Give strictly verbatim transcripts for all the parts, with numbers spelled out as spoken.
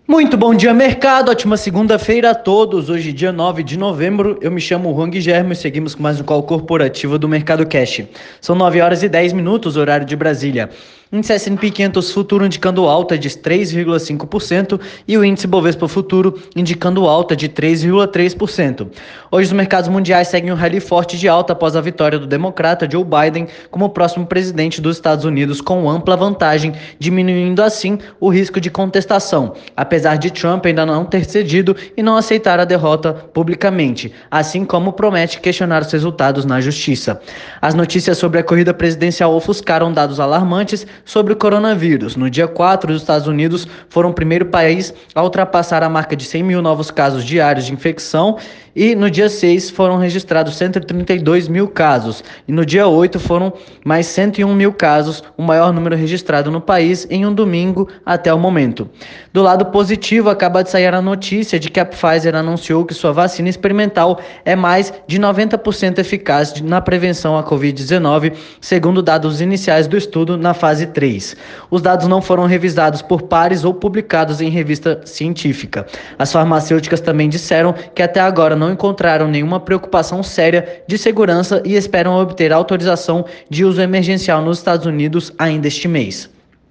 Muito bom dia, mercado. Ótima segunda-feira a todos. Hoje, dia nove de novembro. Eu me chamo Juan Guilherme e seguimos com mais um call corporativo do Mercado Cash. São nove horas e dez minutos, horário de Brasília. Índice S and P quinhentos futuro indicando alta de três vírgula cinco por cento e o índice Bovespa futuro indicando alta de três vírgula três por cento. Hoje os mercados mundiais seguem um rally forte de alta após a vitória do democrata Joe Biden como o próximo presidente dos Estados Unidos, com ampla vantagem, diminuindo assim o risco de contestação, apesar de Trump ainda não ter cedido e não aceitar a derrota publicamente, assim como promete questionar os resultados na justiça. As notícias sobre a corrida presidencial ofuscaram dados alarmantes sobre o coronavírus. No dia quatro, os Estados Unidos foram o primeiro país a ultrapassar a marca de cem mil novos casos diários de infecção e no dia seis foram registrados cento e trinta e dois mil casos e no dia oito foram mais cento e um mil casos, o maior número registrado no país em um domingo até o momento. Do lado positivo, acaba de sair a notícia de que a Pfizer anunciou que sua vacina experimental é mais de noventa por cento eficaz na prevenção à covid dezenove, segundo dados iniciais do estudo na fase três. Os dados não foram revisados por pares ou publicados em revista científica. As farmacêuticas também disseram que até agora não encontraram nenhuma preocupação séria de segurança e esperam obter autorização de uso emergencial nos Estados Unidos ainda este mês.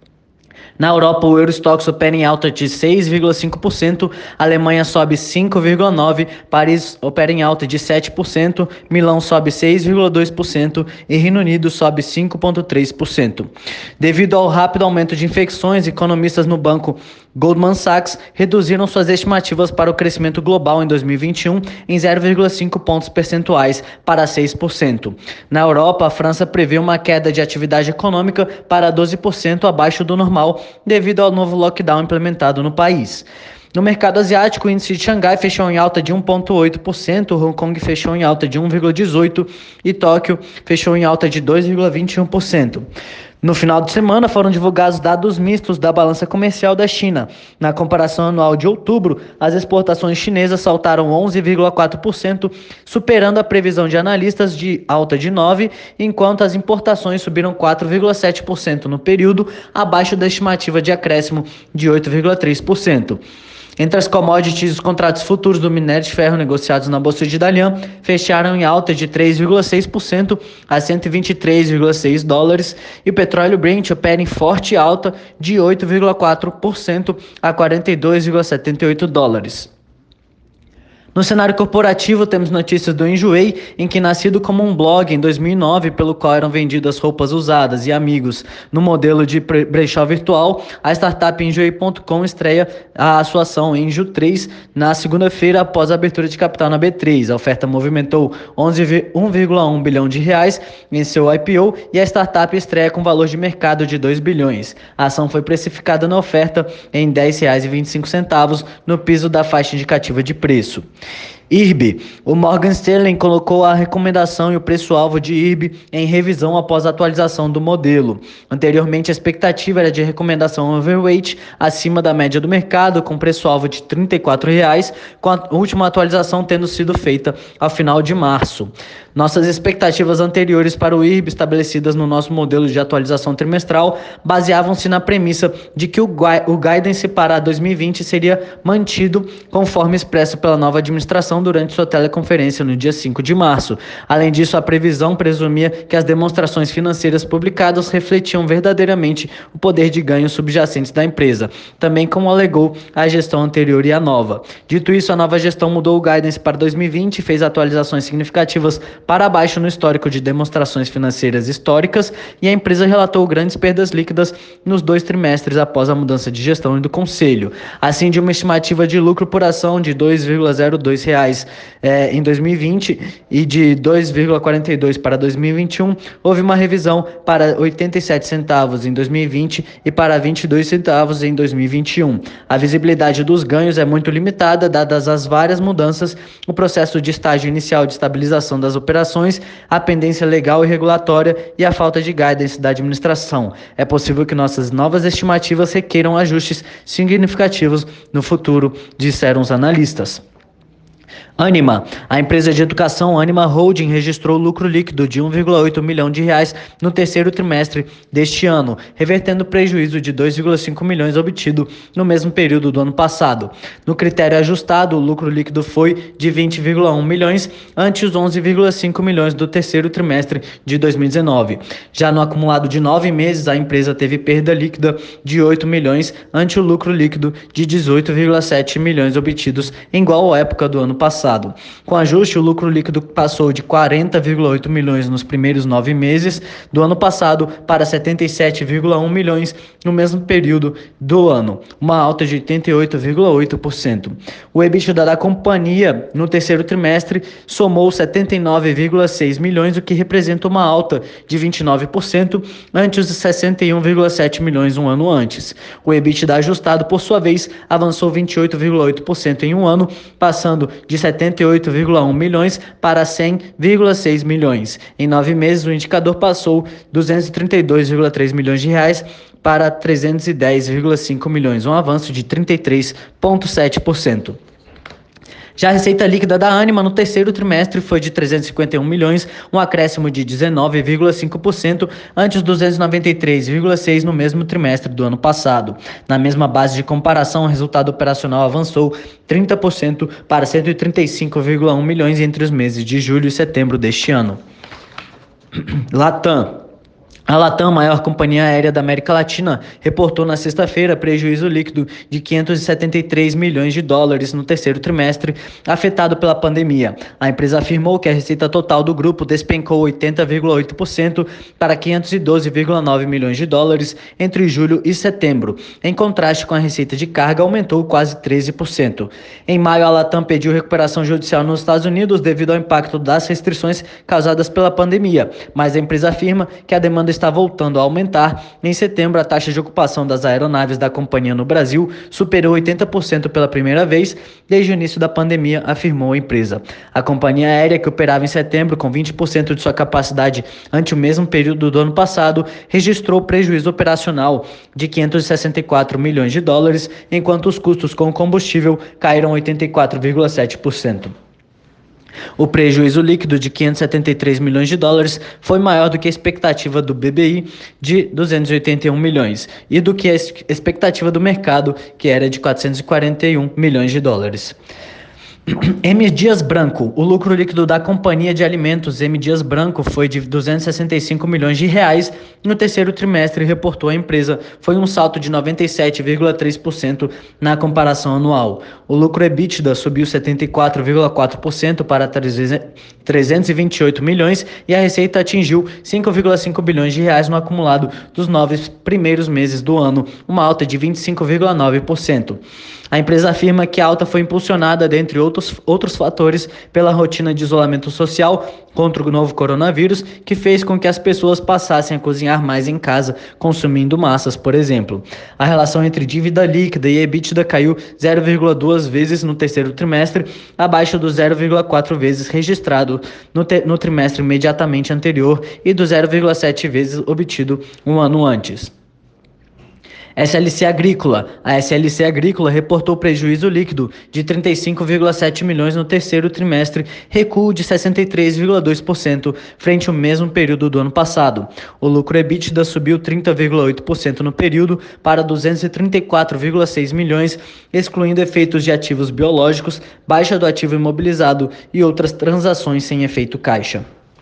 Na Europa, o Eurostoxx opera em alta de seis vírgula cinco por cento, Alemanha sobe cinco vírgula nove por cento, Paris opera em alta de sete por cento, Milão sobe seis vírgula dois por cento e Reino Unido sobe cinco vírgula três por cento. Devido ao rápido aumento de infecções, economistas no banco Goldman Sachs reduziram suas estimativas para o crescimento global em dois mil e vinte e um em zero vírgula cinco pontos percentuais para seis por cento. Na Europa, a França prevê uma queda de atividade econômica para doze por cento abaixo do normal, devido ao novo lockdown implementado no país. No mercado asiático, o índice de Xangai fechou em alta de um vírgula oito por cento, Hong Kong fechou em alta de um vírgula dezoito por cento e Tóquio fechou em alta de dois vírgula vinte e um por cento. No final de semana foram divulgados dados mistos da balança comercial da China. Na comparação anual de outubro, as exportações chinesas saltaram onze vírgula quatro por cento, superando a previsão de analistas de alta de nove por cento, enquanto as importações subiram quatro vírgula sete por cento no período, abaixo da estimativa de acréscimo de oito vírgula três por cento. Entre as commodities, os contratos futuros do minério de ferro negociados na Bolsa de Dalian fecharam em alta de três vírgula seis por cento a cento e vinte e três vírgula seis dólares e o petróleo Brent opera em forte alta de oito vírgula quatro por cento a quarenta e dois vírgula setenta e oito dólares. No cenário corporativo, temos notícias do Enjoei, em que, nascido como um blog em dois mil e nove, pelo qual eram vendidas roupas usadas e amigos no modelo de brechó virtual, a startup Enjoei ponto com estreia a sua ação Enjo três na segunda-feira após a abertura de capital na B três. A oferta movimentou um vírgula um bilhão de reais em seu I P O e a startup estreia com valor de mercado de dois bilhões. A ação foi precificada na oferta em dez reais e vinte e cinco centavos no piso da faixa indicativa de preço. I R B. O Morgan Stanley colocou a recomendação e o preço-alvo de I R B em revisão após a atualização do modelo. Anteriormente, a expectativa era de recomendação overweight acima da média do mercado, com preço-alvo de trinta e quatro reais, com a última atualização tendo sido feita ao final de março. Nossas expectativas anteriores para o I R B, estabelecidas no nosso modelo de atualização trimestral, baseavam-se na premissa de que o, gui- o guidance para dois mil e vinte seria mantido conforme expresso pela nova administração durante sua teleconferência no dia cinco de março. Além disso, a previsão presumia que as demonstrações financeiras publicadas refletiam verdadeiramente o poder de ganho subjacentes da empresa, também como alegou a gestão anterior e a nova. Dito isso, a nova gestão mudou o guidance para dois mil e vinte e fez atualizações significativas para baixo no histórico de demonstrações financeiras históricas e a empresa relatou grandes perdas líquidas nos dois trimestres após a mudança de gestão e do conselho. Assim, de uma estimativa de lucro por ação de dois vírgula zero dois reais eh, em dois mil e vinte e de dois vírgula quarenta e dois para dois mil e vinte e um, houve uma revisão para oitenta e sete centavos em dois mil e vinte e para vinte e dois centavos em dois mil e vinte e um. A visibilidade dos ganhos é muito limitada, dadas as várias mudanças, o processo de estágio inicial de estabilização das operações, a pendência legal e regulatória e a falta de guidance da administração. É possível que nossas novas estimativas requeram ajustes significativos no futuro, disseram os analistas. Anima, a empresa de educação Anima Holding registrou lucro líquido de um vírgula oito milhão de reais no terceiro trimestre deste ano, revertendo prejuízo de dois vírgula cinco milhões obtido no mesmo período do ano passado. No critério ajustado, o lucro líquido foi de vinte vírgula um milhões, ante os onze vírgula cinco milhões do terceiro trimestre de dois mil e dezenove. Já no acumulado de nove meses, a empresa teve perda líquida de oito milhões, ante o lucro líquido de dezoito vírgula sete milhões obtidos em igual época do ano passado. Com ajuste, o lucro líquido passou de quarenta vírgula oito milhões nos primeiros nove meses do ano passado para setenta e sete vírgula um milhões no mesmo período do ano, uma alta de oitenta e oito vírgula oito por cento. O EBITDA da companhia no terceiro trimestre somou setenta e nove vírgula seis milhões, o que representa uma alta de vinte e nove por cento ante os sessenta e um vírgula sete milhões um ano antes. O EBITDA ajustado, por sua vez, avançou vinte e oito vírgula oito por cento em um ano, passando de setenta e oito vírgula um milhões para cem vírgula seis milhões. Em nove meses, o indicador passou duzentos e trinta e dois vírgula três milhões de reais para trezentos e dez vírgula cinco milhões, um avanço de trinta e três vírgula sete por cento. Já a receita líquida da Anima no terceiro trimestre foi de trezentos e cinquenta e um milhões, um acréscimo de dezenove vírgula cinco por cento ante os duzentos e noventa e três vírgula seis no mesmo trimestre do ano passado. Na mesma base de comparação, o resultado operacional avançou trinta por cento para cento e trinta e cinco vírgula um milhões entre os meses de julho e setembro deste ano. Latam. A Latam, maior companhia aérea da América Latina, reportou na sexta-feira prejuízo líquido de quinhentos e setenta e três milhões de dólares no terceiro trimestre, afetado pela pandemia. A empresa afirmou que a receita total do grupo despencou oitenta vírgula oito por cento para quinhentos e doze vírgula nove milhões de dólares entre julho e setembro. Em contraste com a receita de carga, aumentou quase treze por cento. Em maio, a Latam pediu recuperação judicial nos Estados Unidos devido ao impacto das restrições causadas pela pandemia, mas a empresa afirma que a demanda está voltando a aumentar. Em setembro, a taxa de ocupação das aeronaves da companhia no Brasil superou oitenta por cento pela primeira vez desde o início da pandemia, afirmou a empresa. A companhia aérea, que operava em setembro com vinte por cento de sua capacidade ante o mesmo período do ano passado, registrou prejuízo operacional de quinhentos e sessenta e quatro milhões de dólares, enquanto os custos com o combustível caíram oitenta e quatro vírgula sete por cento. O prejuízo líquido de quinhentos e setenta e três milhões de dólares foi maior do que a expectativa do B B I de duzentos e oitenta e um milhões e do que a expectativa do mercado, que era de quatrocentos e quarenta e um milhões de dólares. M. Dias Branco, o lucro líquido da companhia de alimentos M. Dias Branco foi de duzentos e sessenta e cinco milhões de reais no terceiro trimestre, reportou a empresa. Foi um salto de noventa e sete vírgula três por cento na comparação anual. O lucro EBITDA subiu setenta e quatro vírgula quatro por cento para trezentos e vinte e oito milhões e a receita atingiu cinco vírgula cinco bilhões de reais no acumulado dos nove primeiros meses do ano, uma alta de vinte e cinco vírgula nove por cento. A empresa afirma que a alta foi impulsionada, dentre outros, outros fatores, pela rotina de isolamento social contra o novo coronavírus, que fez com que as pessoas passassem a cozinhar mais em casa, consumindo massas, por exemplo. A relação entre dívida líquida e EBITDA caiu zero vírgula duas vezes no terceiro trimestre, abaixo do zero vírgula quatro vezes registrado no, te- no trimestre imediatamente anterior e do zero vírgula sete vezes obtido um ano antes. S L C Agrícola. A S L C Agrícola reportou prejuízo líquido de trinta e cinco vírgula sete milhões no terceiro trimestre, recuo de sessenta e três vírgula dois por cento frente ao mesmo período do ano passado. O lucro EBITDA subiu trinta vírgula oito por cento no período para duzentos e trinta e quatro vírgula seis milhões, excluindo efeitos de ativos biológicos, baixa do ativo imobilizado e outras transações sem efeito caixa.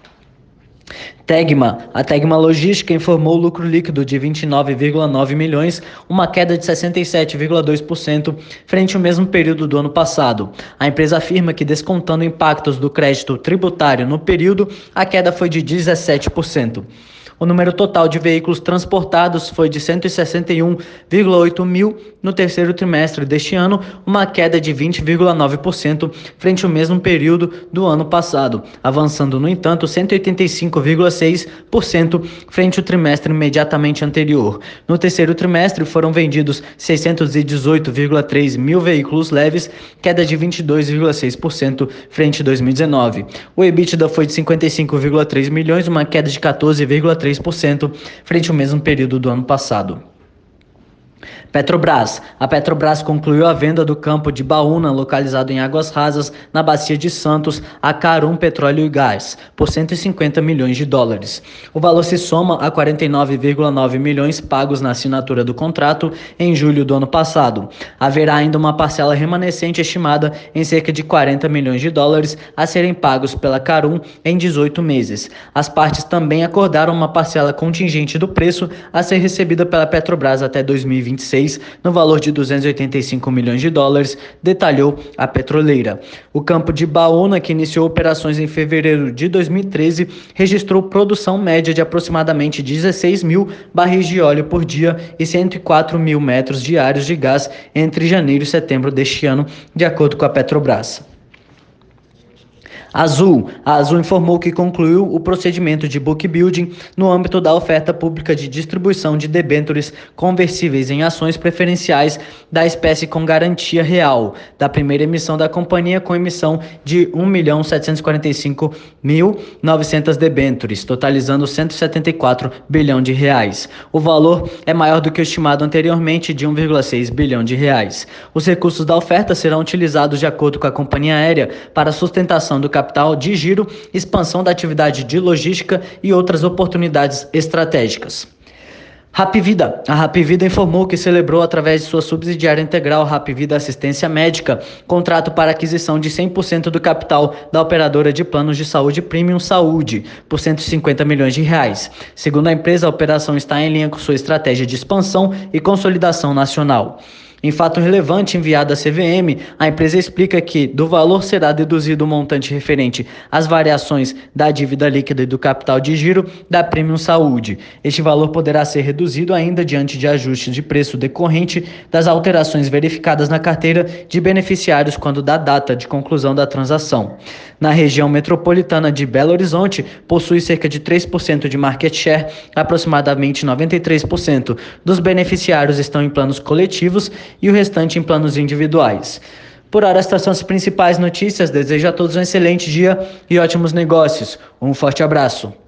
Tegma. A Tegma Logística informou lucro líquido de vinte e nove vírgula nove milhões, uma queda de sessenta e sete vírgula dois por cento frente ao mesmo período do ano passado. A empresa afirma que, descontando impactos do crédito tributário no período, a queda foi de dezessete por cento. O número total de veículos transportados foi de cento e sessenta e um vírgula oito mil no terceiro trimestre deste ano, uma queda de vinte vírgula nove por cento frente ao mesmo período do ano passado, avançando, no entanto, cento e oitenta e cinco vírgula seis por cento frente ao trimestre imediatamente anterior. No terceiro trimestre foram vendidos seiscentos e dezoito vírgula três mil veículos leves, queda de vinte e dois vírgula seis por cento frente a dois mil e dezenove. O EBITDA foi de cinquenta e cinco vírgula três milhões, uma queda de quatorze vírgula três por cento frente ao mesmo período do ano passado. Petrobras. A Petrobras concluiu a venda do campo de Baúna, localizado em Águas Rasas, na Bacia de Santos, a Carum Petróleo e Gás, por cento e cinquenta milhões de dólares. O valor se soma a quarenta e nove vírgula nove milhões pagos na assinatura do contrato em julho do ano passado. Haverá ainda uma parcela remanescente estimada em cerca de quarenta milhões de dólares a serem pagos pela Carum em dezoito meses. As partes também acordaram uma parcela contingente do preço a ser recebida pela Petrobras até dois mil e vinte e seis, no valor de duzentos e oitenta e cinco milhões de dólares, detalhou a petroleira. O campo de Baúna, que iniciou operações em fevereiro de dois mil e treze, registrou produção média de aproximadamente dezesseis mil barris de óleo por dia e cento e quatro mil metros diários de gás entre janeiro e setembro deste ano, de acordo com a Petrobras. Azul. A Azul informou que concluiu o procedimento de book building no âmbito da oferta pública de distribuição de debêntures conversíveis em ações preferenciais da espécie com garantia real, da primeira emissão da companhia, com emissão de um milhão setecentos e quarenta e cinco mil e novecentas debêntures, totalizando cento e setenta e quatro bilhão de reais. O valor é maior do que o estimado anteriormente, de um vírgula seis bilhão de reais. Os recursos da oferta serão utilizados de acordo com a companhia aérea para a sustentação do capital capital de giro, expansão da atividade de logística e outras oportunidades estratégicas. Hapvida. A Hapvida informou que celebrou, através de sua subsidiária integral Hapvida Assistência Médica, contrato para aquisição de cem por cento do capital da operadora de planos de saúde Premium Saúde, por cento e cinquenta milhões de reais. Segundo a empresa, a operação está em linha com sua estratégia de expansão e consolidação nacional. Em fato relevante enviado à C V M, a empresa explica que do valor será deduzido o montante referente às variações da dívida líquida e do capital de giro da Premium Saúde. Este valor poderá ser reduzido ainda diante de ajustes de preço decorrente das alterações verificadas na carteira de beneficiários quando da data de conclusão da transação. Na região metropolitana de Belo Horizonte, possui cerca de três por cento de market share, aproximadamente noventa e três por cento dos beneficiários estão em planos coletivos e o restante em planos individuais. Por hora, estas são as principais notícias. Desejo a todos um excelente dia e ótimos negócios. Um forte abraço.